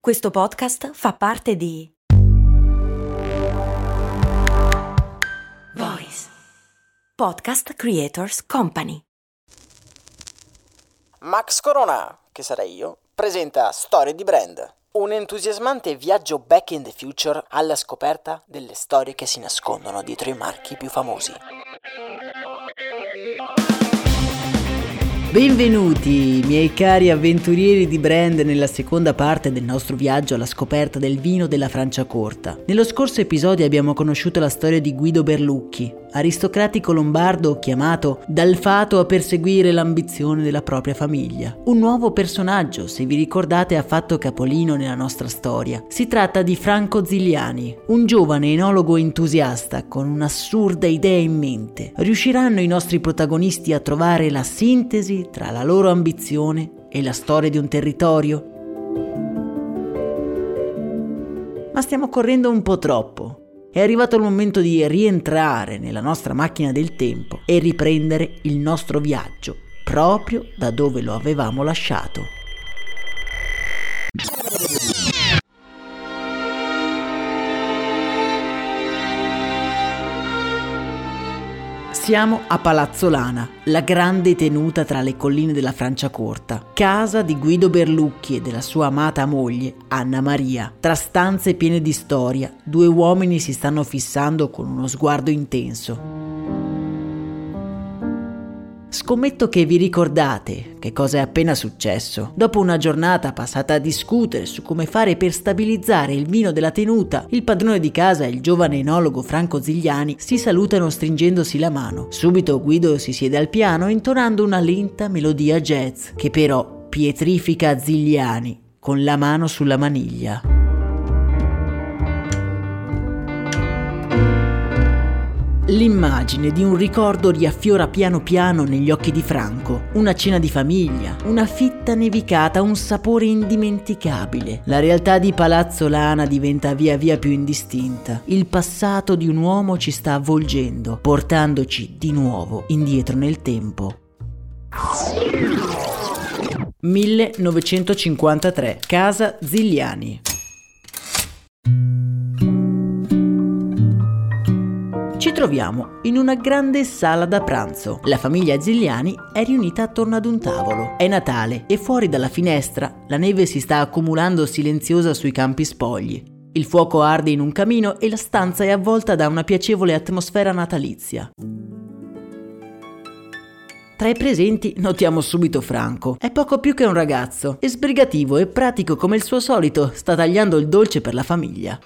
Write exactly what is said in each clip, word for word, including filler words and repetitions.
Questo podcast fa parte di Voice Podcast Creators Company. Max Corona, che sarei io, presenta Storie di Brand, un entusiasmante viaggio back in the future alla scoperta delle storie che si nascondono dietro i marchi più famosi. Benvenuti, miei cari avventurieri di brand, nella seconda parte del nostro viaggio alla scoperta del vino della Franciacorta. Nello scorso episodio abbiamo conosciuto la storia di Guido Berlucchi, aristocratico lombardo chiamato dal fato a perseguire l'ambizione della propria famiglia. Un nuovo personaggio, se vi ricordate, ha fatto capolino nella nostra storia. Si tratta di Franco Zigliani, un giovane enologo entusiasta con un'assurda idea in mente. Riusciranno i nostri protagonisti a trovare la sintesi tra la loro ambizione e la storia di un territorio? Ma stiamo correndo un po' troppo. È arrivato il momento di rientrare nella nostra macchina del tempo e riprendere il nostro viaggio proprio da dove lo avevamo lasciato. Siamo a Palazzo Lana, la grande tenuta tra le colline della Franciacorta, casa di Guido Berlucchi e della sua amata moglie Anna Maria. Tra stanze piene di storia, due uomini si stanno fissando con uno sguardo intenso. Scommetto che vi ricordate che cosa è appena successo. Dopo una giornata passata a discutere su come fare per stabilizzare il vino della tenuta, il padrone di casa e il giovane enologo Franco Zigliani si salutano stringendosi la mano. Subito Guido si siede al piano intonando una lenta melodia jazz che però pietrifica Zigliani con la mano sulla maniglia. L'immagine di un ricordo riaffiora piano piano negli occhi di Franco. Una cena di famiglia, una fitta nevicata, un sapore indimenticabile. La realtà di Palazzo Lana diventa via via più indistinta. Il passato di un uomo ci sta avvolgendo, portandoci di nuovo indietro nel tempo. millenovecentocinquantatré, casa Zigliani. Ci troviamo in una grande sala da pranzo. La famiglia Zigliani è riunita attorno ad un tavolo. È Natale e fuori dalla finestra la neve si sta accumulando silenziosa sui campi spogli. Il fuoco arde in un camino e la stanza è avvolta da una piacevole atmosfera natalizia. Tra i presenti notiamo subito Franco. È poco più che un ragazzo, è sbrigativo e pratico come il suo solito, sta tagliando il dolce per la famiglia.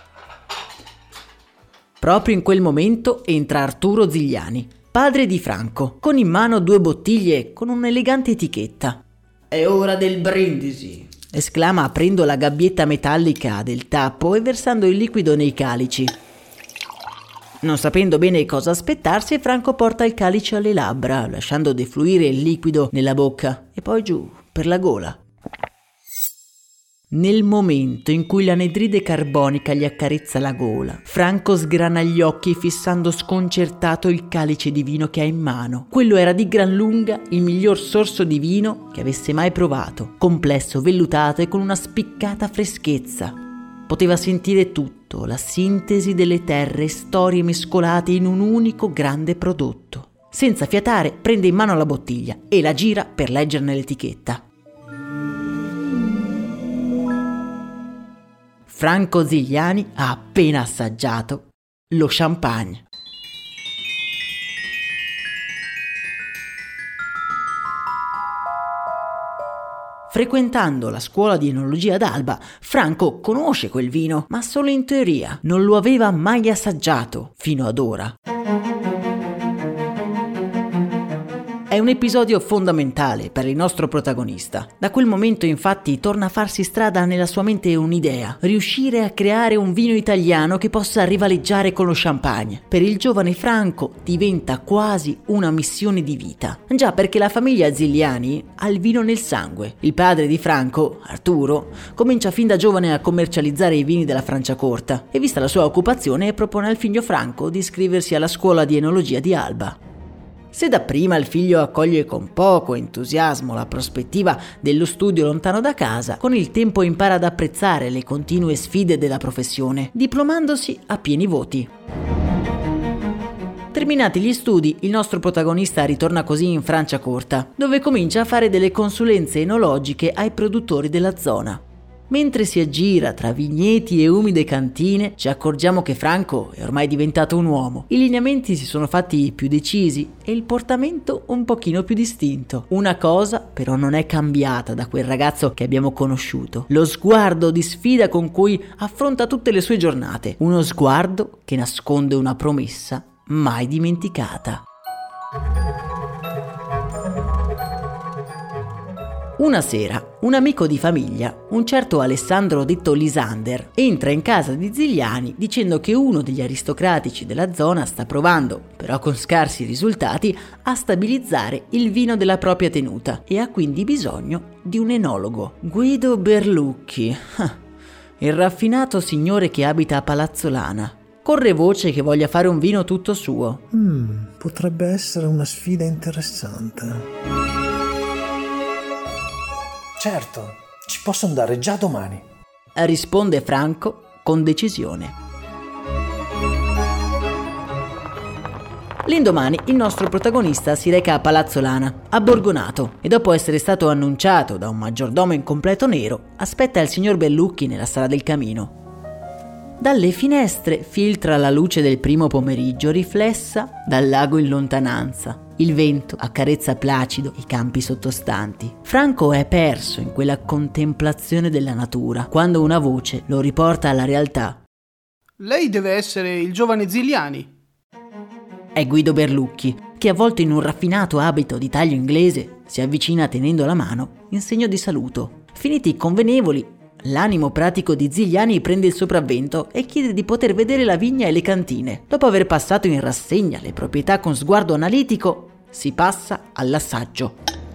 Proprio in quel momento entra Arturo Zigliani, padre di Franco, con in mano due bottiglie con un'elegante etichetta. «È ora del brindisi!» esclama aprendo la gabbietta metallica del tappo e versando il liquido nei calici. Non sapendo bene cosa aspettarsi, Franco porta il calice alle labbra, lasciando defluire il liquido nella bocca e poi giù per la gola. Nel momento in cui l'anidride carbonica gli accarezza la gola, Franco sgrana gli occhi fissando sconcertato il calice di vino che ha in mano. Quello era di gran lunga il miglior sorso di vino che avesse mai provato, complesso, vellutato e con una spiccata freschezza. Poteva sentire tutto, la sintesi delle terre e storie mescolate in un unico grande prodotto. Senza fiatare, prende in mano la bottiglia e la gira per leggerne l'etichetta. Franco Zigliani ha appena assaggiato lo champagne. Frequentando la scuola di enologia ad Alba, Franco conosce quel vino, ma solo in teoria. Non lo aveva mai assaggiato fino ad ora. È un episodio fondamentale per il nostro protagonista. Da quel momento infatti torna a farsi strada nella sua mente un'idea: riuscire a creare un vino italiano che possa rivaleggiare con lo champagne. Per il giovane Franco diventa quasi una missione di vita. Già perché la famiglia Zigliani ha il vino nel sangue. Il padre di Franco, Arturo, comincia fin da giovane a commercializzare i vini della Franciacorta e vista la sua occupazione propone al figlio Franco di iscriversi alla scuola di enologia di Alba. Se dapprima il figlio accoglie con poco entusiasmo la prospettiva dello studio lontano da casa, con il tempo impara ad apprezzare le continue sfide della professione, diplomandosi a pieni voti. Terminati gli studi, il nostro protagonista ritorna così in Franciacorta, dove comincia a fare delle consulenze enologiche ai produttori della zona. Mentre si aggira tra vigneti e umide cantine, ci accorgiamo che Franco è ormai diventato un uomo. I lineamenti si sono fatti più decisi e il portamento un pochino più distinto. Una cosa però non è cambiata da quel ragazzo che abbiamo conosciuto: lo sguardo di sfida con cui affronta tutte le sue giornate. Uno sguardo che nasconde una promessa mai dimenticata. Una sera, un amico di famiglia, un certo Alessandro detto Lisander, entra in casa di Zigliani dicendo che uno degli aristocratici della zona sta provando, però con scarsi risultati, a stabilizzare il vino della propria tenuta e ha quindi bisogno di un enologo. Guido Berlucchi, il raffinato signore che abita a Palazzo Lana. Corre voce che voglia fare un vino tutto suo. Mm, potrebbe essere una sfida interessante. Certo, ci posso andare già domani, risponde Franco con decisione. L'indomani il nostro protagonista si reca a Palazzo Lana, a Borgonato, e dopo essere stato annunciato da un maggiordomo in completo nero, aspetta il signor Berlucchi nella sala del camino. Dalle finestre filtra la luce del primo pomeriggio riflessa dal lago in lontananza. Il vento accarezza placido i campi sottostanti. Franco è perso in quella contemplazione della natura, quando una voce lo riporta alla realtà. Lei deve essere il giovane Zigliani. È Guido Berlucchi, che avvolto in un raffinato abito di taglio inglese si avvicina tenendo la mano in segno di saluto. Finiti i convenevoli, l'animo pratico di Zigliani prende il sopravvento e chiede di poter vedere la vigna e le cantine. Dopo aver passato in rassegna le proprietà con sguardo analitico, si passa all'assaggio.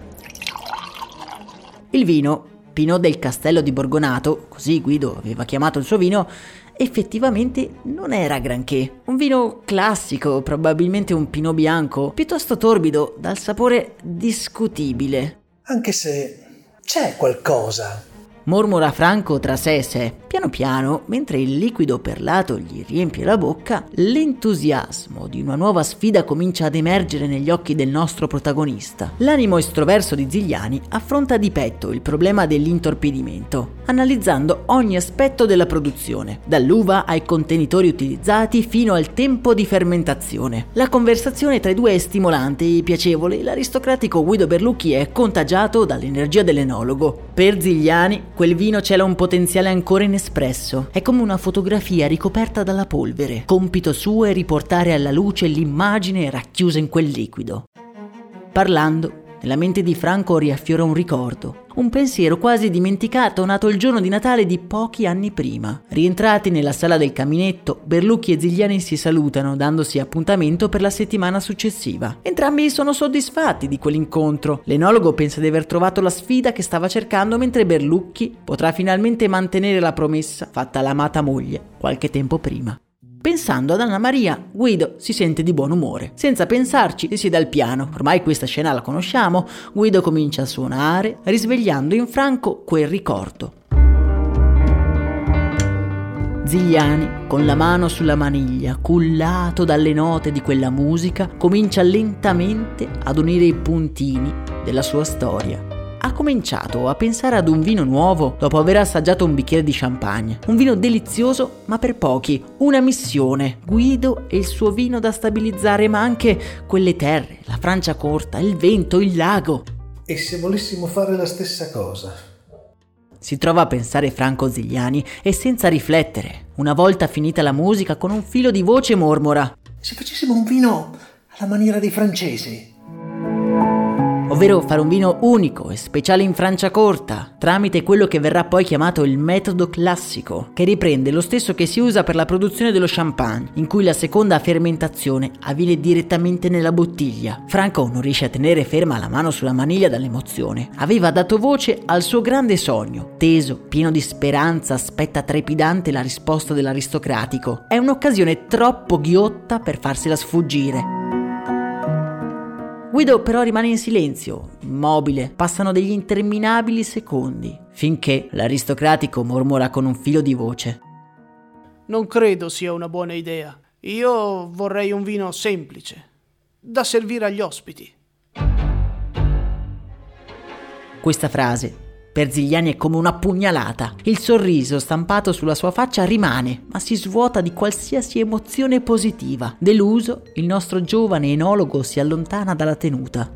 Il vino, Pinot del Castello di Borgonato, così Guido aveva chiamato il suo vino, effettivamente non era granché. Un vino classico, probabilmente un Pinot bianco, piuttosto torbido, dal sapore discutibile. Anche se c'è qualcosa, mormora Franco tra sé e sé. Piano piano, mentre il liquido perlato gli riempie la bocca, l'entusiasmo di una nuova sfida comincia ad emergere negli occhi del nostro protagonista. L'animo estroverso di Zigliani affronta di petto il problema dell'intorpidimento, analizzando ogni aspetto della produzione, dall'uva ai contenitori utilizzati fino al tempo di fermentazione. La conversazione tra i due è stimolante e piacevole. L'aristocratico Guido Berlucchi è contagiato dall'energia dell'enologo. Per Zigliani quel vino cela un potenziale ancora inespresso. È come una fotografia ricoperta dalla polvere. Compito suo è riportare alla luce l'immagine racchiusa in quel liquido. Parlando, nella mente di Franco riaffiora un ricordo, un pensiero quasi dimenticato nato il giorno di Natale di pochi anni prima. Rientrati nella sala del caminetto, Berlucchi e Zigliani si salutano, dandosi appuntamento per la settimana successiva. Entrambi sono soddisfatti di quell'incontro. L'enologo pensa di aver trovato la sfida che stava cercando, mentre Berlucchi potrà finalmente mantenere la promessa fatta all'amata moglie qualche tempo prima. Pensando ad Anna Maria, Guido si sente di buon umore. Senza pensarci, si siede al piano. Ormai questa scena la conosciamo. Guido comincia a suonare, risvegliando in Franco quel ricordo. Zigliani, con la mano sulla maniglia, cullato dalle note di quella musica, comincia lentamente ad unire i puntini della sua storia. Ha cominciato a pensare ad un vino nuovo dopo aver assaggiato un bicchiere di champagne. Un vino delizioso, ma per pochi. Una missione. Guido e il suo vino da stabilizzare, ma anche quelle terre, la Franciacorta, il vento, il lago. E se volessimo fare la stessa cosa? Si trova a pensare Franco Zigliani e senza riflettere, una volta finita la musica, con un filo di voce mormora: Se facessimo un vino alla maniera dei francesi? Ovvero fare un vino unico e speciale in Franciacorta, tramite quello che verrà poi chiamato il metodo classico, che riprende lo stesso che si usa per la produzione dello champagne, in cui la seconda fermentazione avviene direttamente nella bottiglia. Franco non riesce a tenere ferma la mano sulla maniglia dall'emozione. Aveva dato voce al suo grande sogno. Teso, pieno di speranza, aspetta trepidante la risposta dell'aristocratico. È un'occasione troppo ghiotta per farsela sfuggire. Guido però rimane in silenzio, immobile. Passano degli interminabili secondi, finché l'aristocratico mormora con un filo di voce: Non credo sia una buona idea. Io vorrei un vino semplice, da servire agli ospiti. Questa frase per Zigliani è come una pugnalata. Il sorriso stampato sulla sua faccia rimane, ma si svuota di qualsiasi emozione positiva. Deluso, il nostro giovane enologo si allontana dalla tenuta.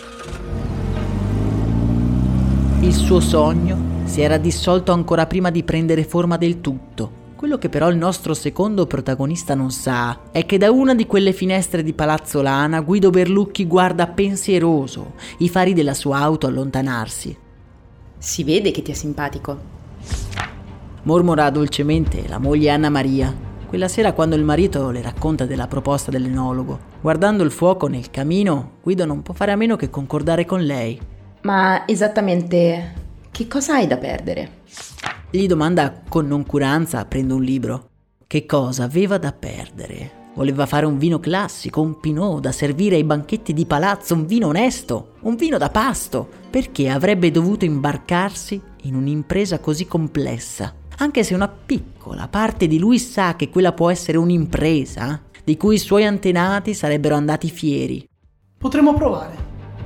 Il suo sogno si era dissolto ancora prima di prendere forma del tutto. Quello che però il nostro secondo protagonista non sa è che da una di quelle finestre di Palazzo Lana Guido Berlucchi guarda pensieroso i fari della sua auto allontanarsi. Si vede che ti è simpatico. Mormora dolcemente la moglie Anna Maria, quella sera quando il marito le racconta della proposta dell'enologo. Guardando il fuoco nel camino, Guido non può fare a meno che concordare con lei. Ma esattamente che cosa hai da perdere? Gli domanda con noncuranza, aprendo un libro. Che cosa aveva da perdere? Voleva fare un vino classico, un pinot da servire ai banchetti di palazzo, un vino onesto, un vino da pasto. Perché avrebbe dovuto imbarcarsi in un'impresa così complessa? Anche se una piccola parte di lui sa che quella può essere un'impresa di cui i suoi antenati sarebbero andati fieri. Potremmo provare.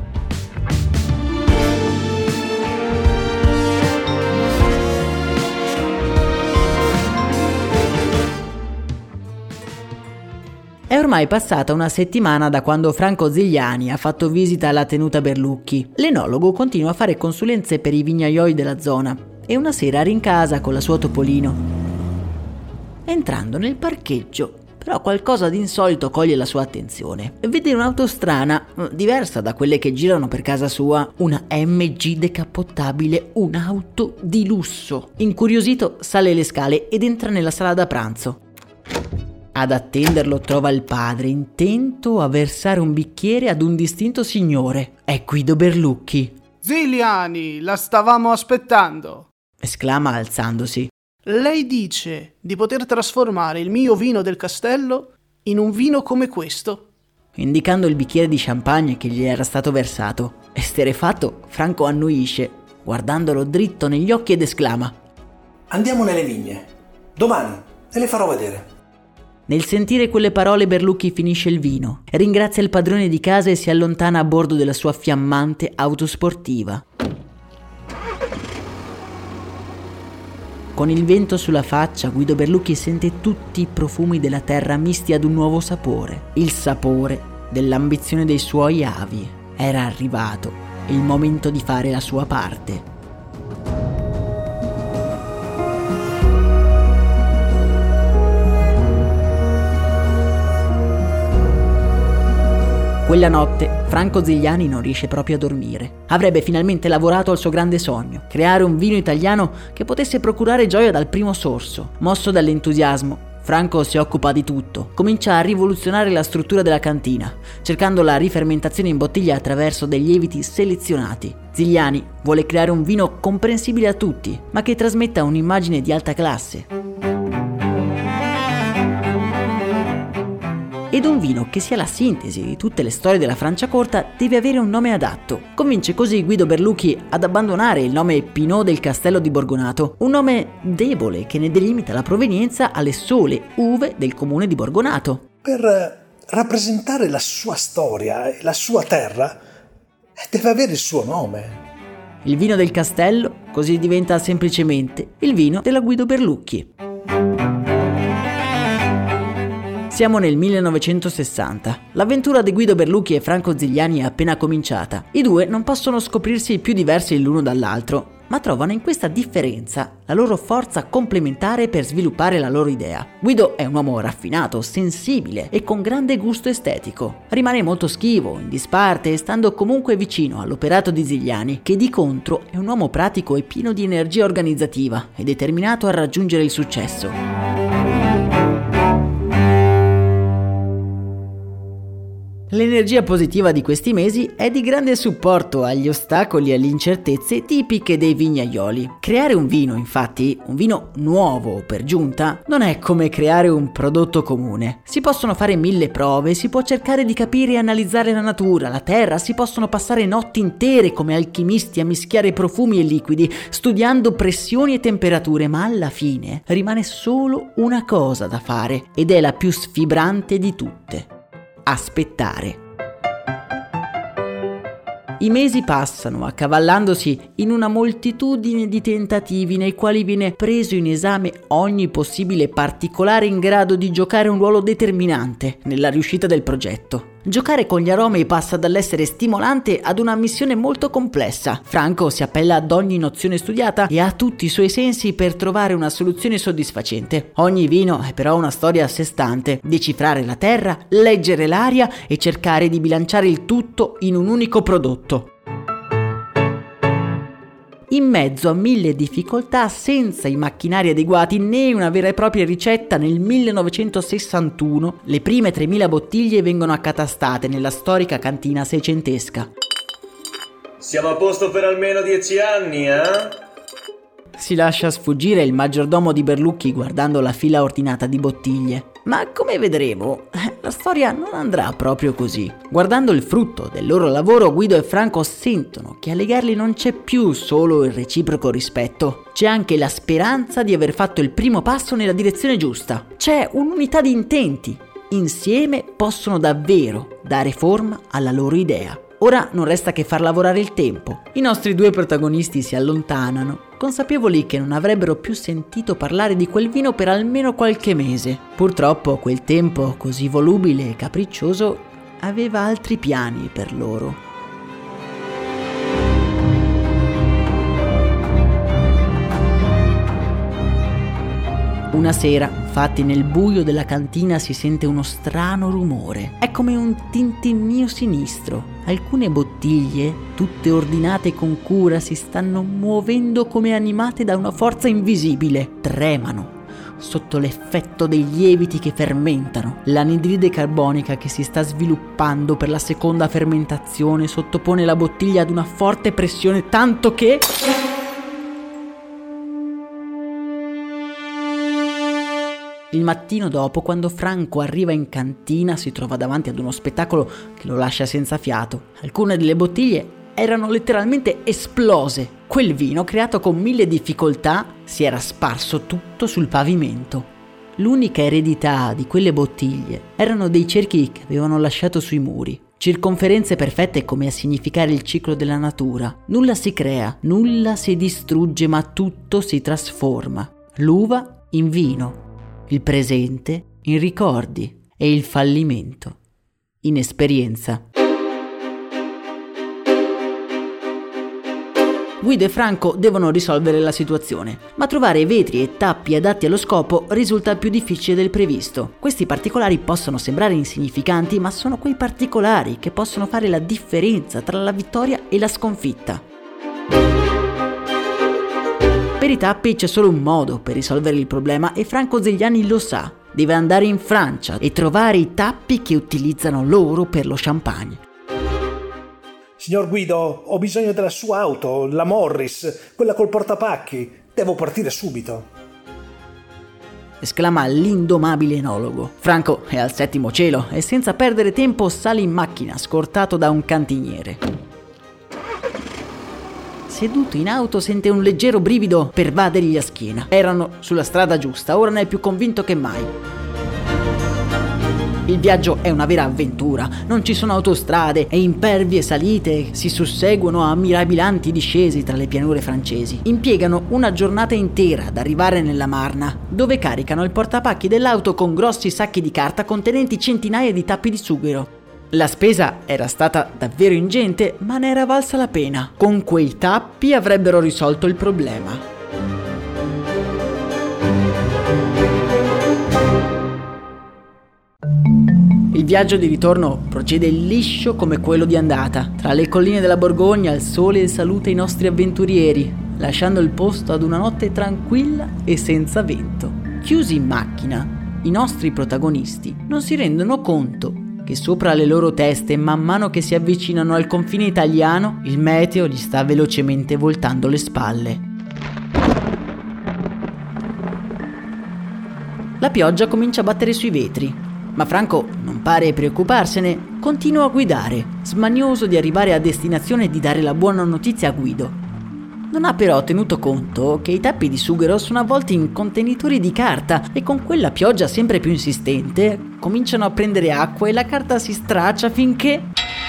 È ormai passata una settimana da quando Franco Zigliani ha fatto visita alla tenuta Berlucchi. L'enologo continua a fare consulenze per i vignaioli della zona e una sera rincasa con la sua Topolino. Entrando nel parcheggio, però qualcosa di insolito coglie la sua attenzione. Vede un'auto strana, diversa da quelle che girano per casa sua, una M G decappottabile, un'auto di lusso. Incuriosito sale le scale ed entra nella sala da pranzo. Ad attenderlo trova il padre, intento a versare un bicchiere ad un distinto signore. È Guido Berlucchi. Zigliani, la stavamo aspettando! Esclama alzandosi. Lei dice di poter trasformare il mio vino del castello in un vino come questo? Indicando il bicchiere di champagne che gli era stato versato. Esterrefatto, Franco annuisce, guardandolo dritto negli occhi ed esclama: Andiamo nelle vigne. Domani te le farò vedere. Nel sentire quelle parole Berlucchi finisce il vino, ringrazia il padrone di casa e si allontana a bordo della sua fiammante auto sportiva. Con il vento sulla faccia, Guido Berlucchi sente tutti i profumi della terra misti ad un nuovo sapore, il sapore dell'ambizione dei suoi avi. Era arrivato il momento di fare la sua parte. Quella notte Franco Zigliani non riesce proprio a dormire. Avrebbe finalmente lavorato al suo grande sogno, creare un vino italiano che potesse procurare gioia dal primo sorso. Mosso dall'entusiasmo, Franco si occupa di tutto. Comincia a rivoluzionare la struttura della cantina, cercando la rifermentazione in bottiglia attraverso dei lieviti selezionati. Zigliani vuole creare un vino comprensibile a tutti, ma che trasmetta un'immagine di alta classe. Ed un vino che sia la sintesi di tutte le storie della Franciacorta deve avere un nome adatto. Convince così Guido Berlucchi ad abbandonare il nome Pinot del Castello di Borgonato, un nome debole che ne delimita la provenienza alle sole uve del comune di Borgonato. Per rappresentare la sua storia e la sua terra deve avere il suo nome. Il vino del Castello così diventa semplicemente il vino della Guido Berlucchi. Siamo nel millenovecentosessanta. L'avventura di Guido Berlucchi e Franco Zigliani è appena cominciata. I due non possono scoprirsi più diversi l'uno dall'altro, ma trovano in questa differenza la loro forza complementare per sviluppare la loro idea. Guido è un uomo raffinato, sensibile e con grande gusto estetico. Rimane molto schivo, in disparte, stando comunque vicino all'operato di Zigliani, che di contro è un uomo pratico e pieno di energia organizzativa e determinato a raggiungere il successo. L'energia positiva di questi mesi è di grande supporto agli ostacoli e alle incertezze tipiche dei vignaioli. Creare un vino, infatti, un vino nuovo per giunta, non è come creare un prodotto comune. Si possono fare mille prove, si può cercare di capire e analizzare la natura, la terra, si possono passare notti intere come alchimisti a mischiare profumi e liquidi, studiando pressioni e temperature, ma alla fine rimane solo una cosa da fare, ed è la più sfibrante di tutte: aspettare. I mesi passano accavallandosi in una moltitudine di tentativi nei quali viene preso in esame ogni possibile particolare in grado di giocare un ruolo determinante nella riuscita del progetto. Giocare con gli aromi passa dall'essere stimolante ad una missione molto complessa. Franco si appella ad ogni nozione studiata e a tutti i suoi sensi per trovare una soluzione soddisfacente. Ogni vino è però una storia a sé stante: decifrare la terra, leggere l'aria e cercare di bilanciare il tutto in un unico prodotto. In mezzo a mille difficoltà, senza i macchinari adeguati né una vera e propria ricetta, nel millenovecentosessantuno le prime tremila bottiglie vengono accatastate nella storica cantina seicentesca. Siamo a posto per almeno dieci anni, eh? Si lascia sfuggire il maggiordomo di Berlucchi guardando la fila ordinata di bottiglie. Ma come vedremo, la storia non andrà proprio così. Guardando il frutto del loro lavoro, Guido e Franco sentono che a legarli non c'è più solo il reciproco rispetto, c'è anche la speranza di aver fatto il primo passo nella direzione giusta. C'è un'unità di intenti. Insieme possono davvero dare forma alla loro idea. Ora non resta che far lavorare il tempo. I nostri due protagonisti si allontanano, consapevoli che non avrebbero più sentito parlare di quel vino per almeno qualche mese. Purtroppo quel tempo così volubile e capriccioso aveva altri piani per loro. Una sera, infatti, nel buio della cantina si sente uno strano rumore. È come un tintinnio sinistro. Alcune bottiglie, tutte ordinate con cura, si stanno muovendo come animate da una forza invisibile. Tremano sotto l'effetto dei lieviti che fermentano. L'anidride carbonica che si sta sviluppando per la seconda fermentazione sottopone la bottiglia ad una forte pressione, tanto che... Il mattino dopo, quando Franco arriva in cantina, si trova davanti ad uno spettacolo che lo lascia senza fiato. Alcune delle bottiglie erano letteralmente esplose. Quel vino, creato con mille difficoltà, si era sparso tutto sul pavimento. L'unica eredità di quelle bottiglie erano dei cerchi che avevano lasciato sui muri. Circonferenze perfette come a significare il ciclo della natura. Nulla si crea, nulla si distrugge, ma tutto si trasforma. L'uva in vino, il presente in ricordi e il fallimento in esperienza. Guido e Franco devono risolvere la situazione, ma trovare vetri e tappi adatti allo scopo risulta più difficile del previsto. Questi particolari possono sembrare insignificanti, ma sono quei particolari che possono fare la differenza tra la vittoria e la sconfitta. Per i tappi c'è solo un modo per risolvere il problema e Franco Zegliani lo sa. Deve andare in Francia e trovare i tappi che utilizzano loro per lo champagne. Signor Guido, ho bisogno della sua auto, la Morris, quella col portapacchi. Devo partire subito. Esclama l'indomabile enologo. Franco è al settimo cielo e senza perdere tempo sale in macchina, scortato da un cantiniere. Seduto in auto sente un leggero brivido pervadergli la schiena. Erano sulla strada giusta, ora ne è più convinto che mai. Il viaggio è una vera avventura, non ci sono autostrade e impervie salite si susseguono a mirabolanti discesi tra le pianure francesi. Impiegano una giornata intera ad arrivare nella Marna, dove caricano il portapacchi dell'auto con grossi sacchi di carta contenenti centinaia di tappi di sughero. La spesa era stata davvero ingente, ma ne era valsa la pena. Con quei tappi avrebbero risolto il problema. Il viaggio di ritorno procede liscio come quello di andata. Tra le colline della Borgogna il sole saluta i nostri avventurieri, lasciando il posto ad una notte tranquilla e senza vento. Chiusi in macchina, i nostri protagonisti non si rendono conto che sopra le loro teste, man mano che si avvicinano al confine italiano, il meteo gli sta velocemente voltando le spalle. La pioggia comincia a battere sui vetri, ma Franco non pare preoccuparsene, continua a guidare, smanioso di arrivare a destinazione e di dare la buona notizia a Guido. Non ha però tenuto conto che i tappi di sughero sono avvolti in contenitori di carta e con quella pioggia sempre più insistente cominciano a prendere acqua e la carta si straccia finché,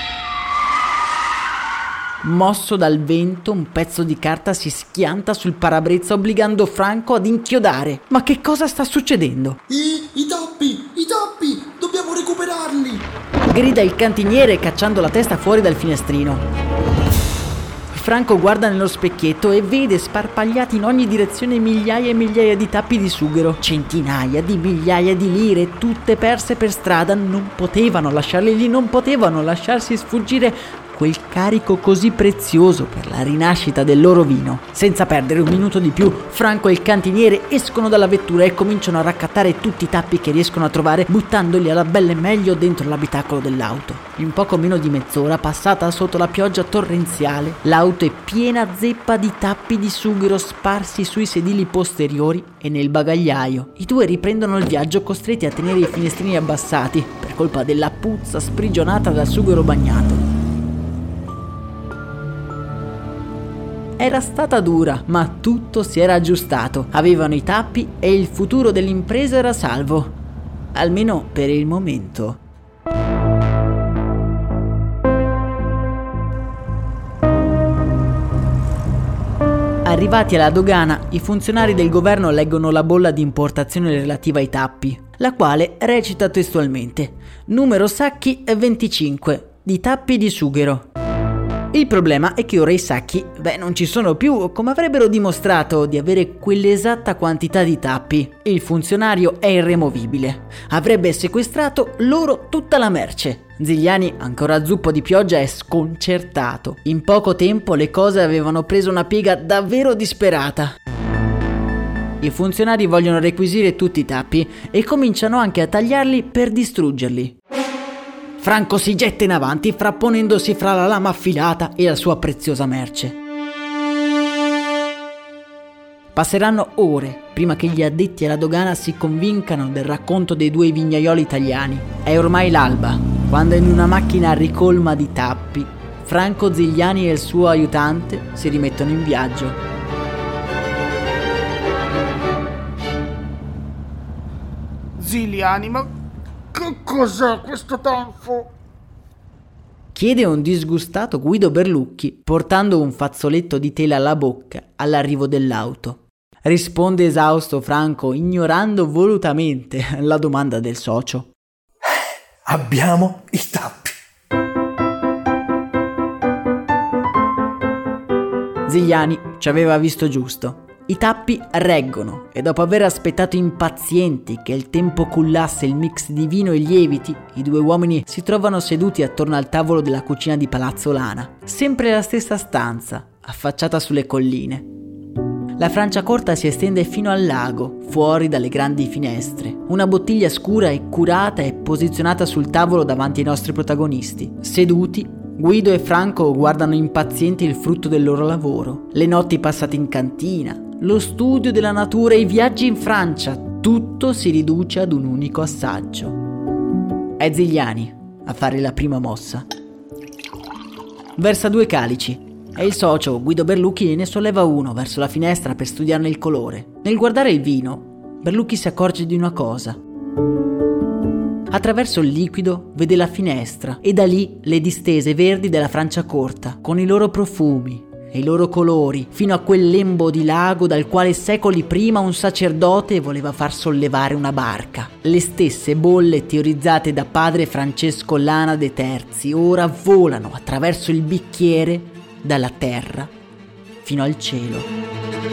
mosso dal vento, un pezzo di carta si schianta sul parabrezza obbligando Franco ad inchiodare. Ma che cosa sta succedendo? I, i tappi, i tappi, dobbiamo recuperarli! Grida il cantiniere cacciando la testa fuori dal finestrino. Franco guarda nello specchietto e vede sparpagliati in ogni direzione migliaia e migliaia di tappi di sughero, centinaia di migliaia di lire, tutte perse per strada. Non potevano lasciarli lì, non potevano lasciarsi sfuggire quel carico così prezioso per la rinascita del loro vino. Senza perdere un minuto di più, Franco e il cantiniere escono dalla vettura e cominciano a raccattare tutti i tappi che riescono a trovare, buttandoli alla belle meglio dentro l'abitacolo dell'auto. In poco meno di mezz'ora, passata sotto la pioggia torrenziale, l'auto è piena zeppa di tappi di sughero sparsi sui sedili posteriori e nel bagagliaio. I due riprendono il viaggio costretti a tenere i finestrini abbassati per colpa della puzza sprigionata dal sughero bagnato. Era stata dura, ma tutto si era aggiustato. Avevano i tappi e il futuro dell'impresa era salvo. Almeno per il momento. Arrivati alla dogana, i funzionari del governo leggono la bolla di importazione relativa ai tappi, la quale recita testualmente: numero sacchi venticinque, di tappi di sughero. Il problema è che ora i sacchi, beh, non ci sono più, come avrebbero dimostrato di avere quell'esatta quantità di tappi. Il funzionario è irremovibile. Avrebbe sequestrato loro tutta la merce. Zigliani, ancora zuppo di pioggia, è sconcertato. In poco tempo le cose avevano preso una piega davvero disperata. I funzionari vogliono requisire tutti i tappi e cominciano anche a tagliarli per distruggerli. Franco si getta in avanti, frapponendosi fra la lama affilata e la sua preziosa merce. Passeranno ore prima che gli addetti alla dogana si convincano del racconto dei due vignaioli italiani. È ormai l'alba, quando in una macchina ricolma di tappi, Franco Zigliani e il suo aiutante si rimettono in viaggio. Zigliani, ma che cos'è questo tanfo? Chiede un disgustato Guido Berlucchi, portando un fazzoletto di tela alla bocca all'arrivo dell'auto. Risponde esausto Franco, ignorando volutamente la domanda del socio. Abbiamo i tappi. Zigliani ci aveva visto giusto. I tappi reggono e dopo aver aspettato impazienti che il tempo cullasse il mix di vino e lieviti, i due uomini si trovano seduti attorno al tavolo della cucina di Palazzo Lana. Sempre la stessa stanza, affacciata sulle colline. La Franciacorta si estende fino al lago, fuori dalle grandi finestre. Una bottiglia scura e curata è posizionata sul tavolo davanti ai nostri protagonisti. Seduti, Guido e Franco guardano impazienti il frutto del loro lavoro. Le notti passate in cantina, lo studio della natura e i viaggi in Francia. Tutto si riduce ad un unico assaggio. È Zigliani a fare la prima mossa. Versa due calici. E il socio, Guido Berlucchi, ne solleva uno verso la finestra per studiarne il colore. Nel guardare il vino, Berlucchi si accorge di una cosa. Attraverso il liquido vede la finestra e da lì le distese verdi della Franciacorta, con i loro profumi e i loro colori, fino a quel lembo di lago dal quale secoli prima un sacerdote voleva far sollevare una barca. Le stesse bolle teorizzate da padre Francesco Lana de Terzi ora volano attraverso il bicchiere dalla terra fino al cielo.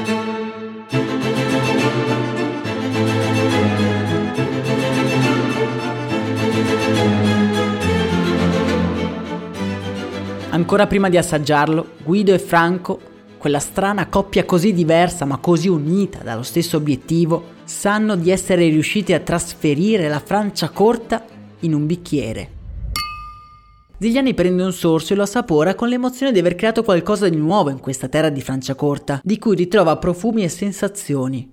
Ancora prima di assaggiarlo, Guido e Franco, quella strana coppia così diversa ma così unita dallo stesso obiettivo, sanno di essere riusciti a trasferire la Franciacorta in un bicchiere. Zigliani prende un sorso e lo assapora con l'emozione di aver creato qualcosa di nuovo in questa terra di Franciacorta, di cui ritrova profumi e sensazioni.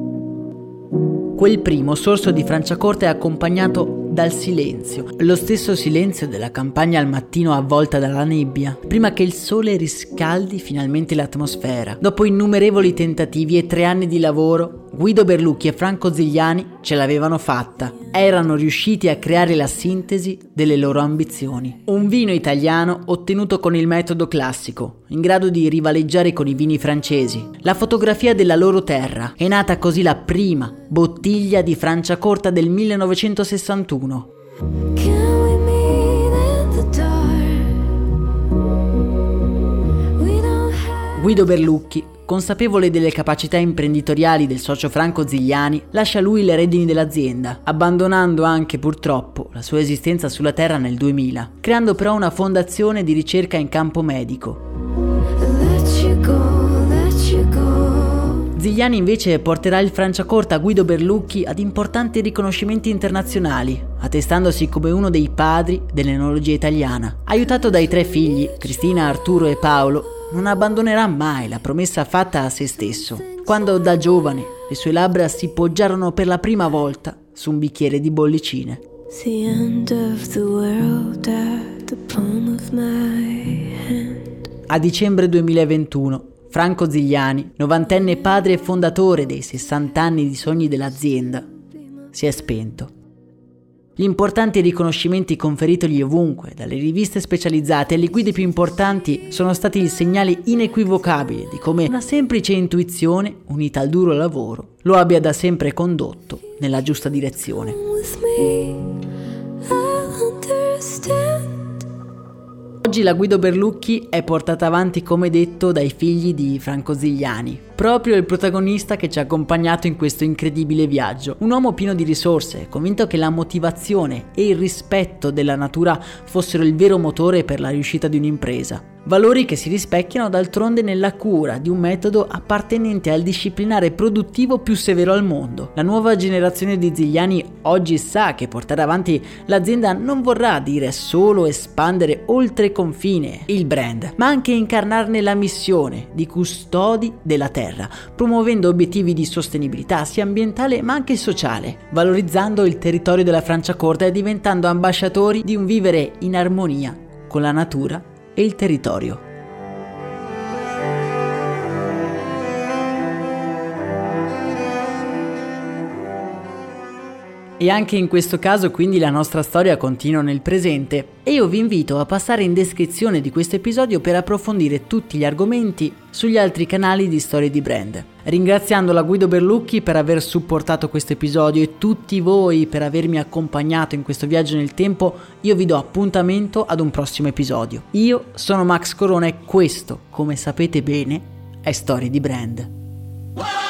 Quel primo sorso di Franciacorta è accompagnato dal silenzio, lo stesso silenzio della campagna al mattino avvolta dalla nebbia, prima che il sole riscaldi finalmente l'atmosfera. Dopo innumerevoli tentativi e tre anni di lavoro, Guido Berlucchi e Franco Zigliani ce l'avevano fatta. Erano riusciti a creare la sintesi delle loro ambizioni. Un vino italiano ottenuto con il metodo classico, in grado di rivaleggiare con i vini francesi. La fotografia della loro terra. È nata così la prima bottiglia di Franciacorta del millenovecentosessantuno. Guido Berlucchi, consapevole delle capacità imprenditoriali del socio Franco Zigliani, lascia lui le redini dell'azienda, abbandonando anche purtroppo la sua esistenza sulla terra nel duemila, creando però una fondazione di ricerca in campo medico. Zigliani invece porterà il Franciacorta a Guido Berlucchi ad importanti riconoscimenti internazionali, attestandosi come uno dei padri dell'enologia italiana. Aiutato dai tre figli, Cristina, Arturo e Paolo, non abbandonerà mai la promessa fatta a se stesso, quando da giovane le sue labbra si poggiarono per la prima volta su un bicchiere di bollicine. A dicembre duemilaventuno, Franco Zigliani, novantenne padre e fondatore dei sessanta anni di sogni dell'azienda, si è spento. Gli importanti riconoscimenti conferitogli ovunque, dalle riviste specializzate alle guide più importanti, sono stati il segnale inequivocabile di come una semplice intuizione, unita al duro lavoro, lo abbia da sempre condotto nella giusta direzione. Oggi la Guido Berlucchi è portata avanti, come detto, dai figli di Franco Zigliani, proprio il protagonista che ci ha accompagnato in questo incredibile viaggio. Un uomo pieno di risorse, convinto che la motivazione e il rispetto della natura fossero il vero motore per la riuscita di un'impresa. Valori che si rispecchiano d'altronde nella cura di un metodo appartenente al disciplinare produttivo più severo al mondo. La nuova generazione di Zigliani oggi sa che portare avanti l'azienda non vorrà dire solo espandere oltre confine il brand, ma anche incarnarne la missione di custodi della terra, promuovendo obiettivi di sostenibilità sia ambientale ma anche sociale, valorizzando il territorio della Franciacorta e diventando ambasciatori di un vivere in armonia con la natura e il territorio. E anche in questo caso quindi la nostra storia continua nel presente e io vi invito a passare in descrizione di questo episodio per approfondire tutti gli argomenti sugli altri canali di Storie di Brand. Ringraziando la Guido Berlucchi per aver supportato questo episodio e tutti voi per avermi accompagnato in questo viaggio nel tempo, io vi do appuntamento ad un prossimo episodio. Io sono Max Corona e questo, come sapete bene, è Storie di Brand.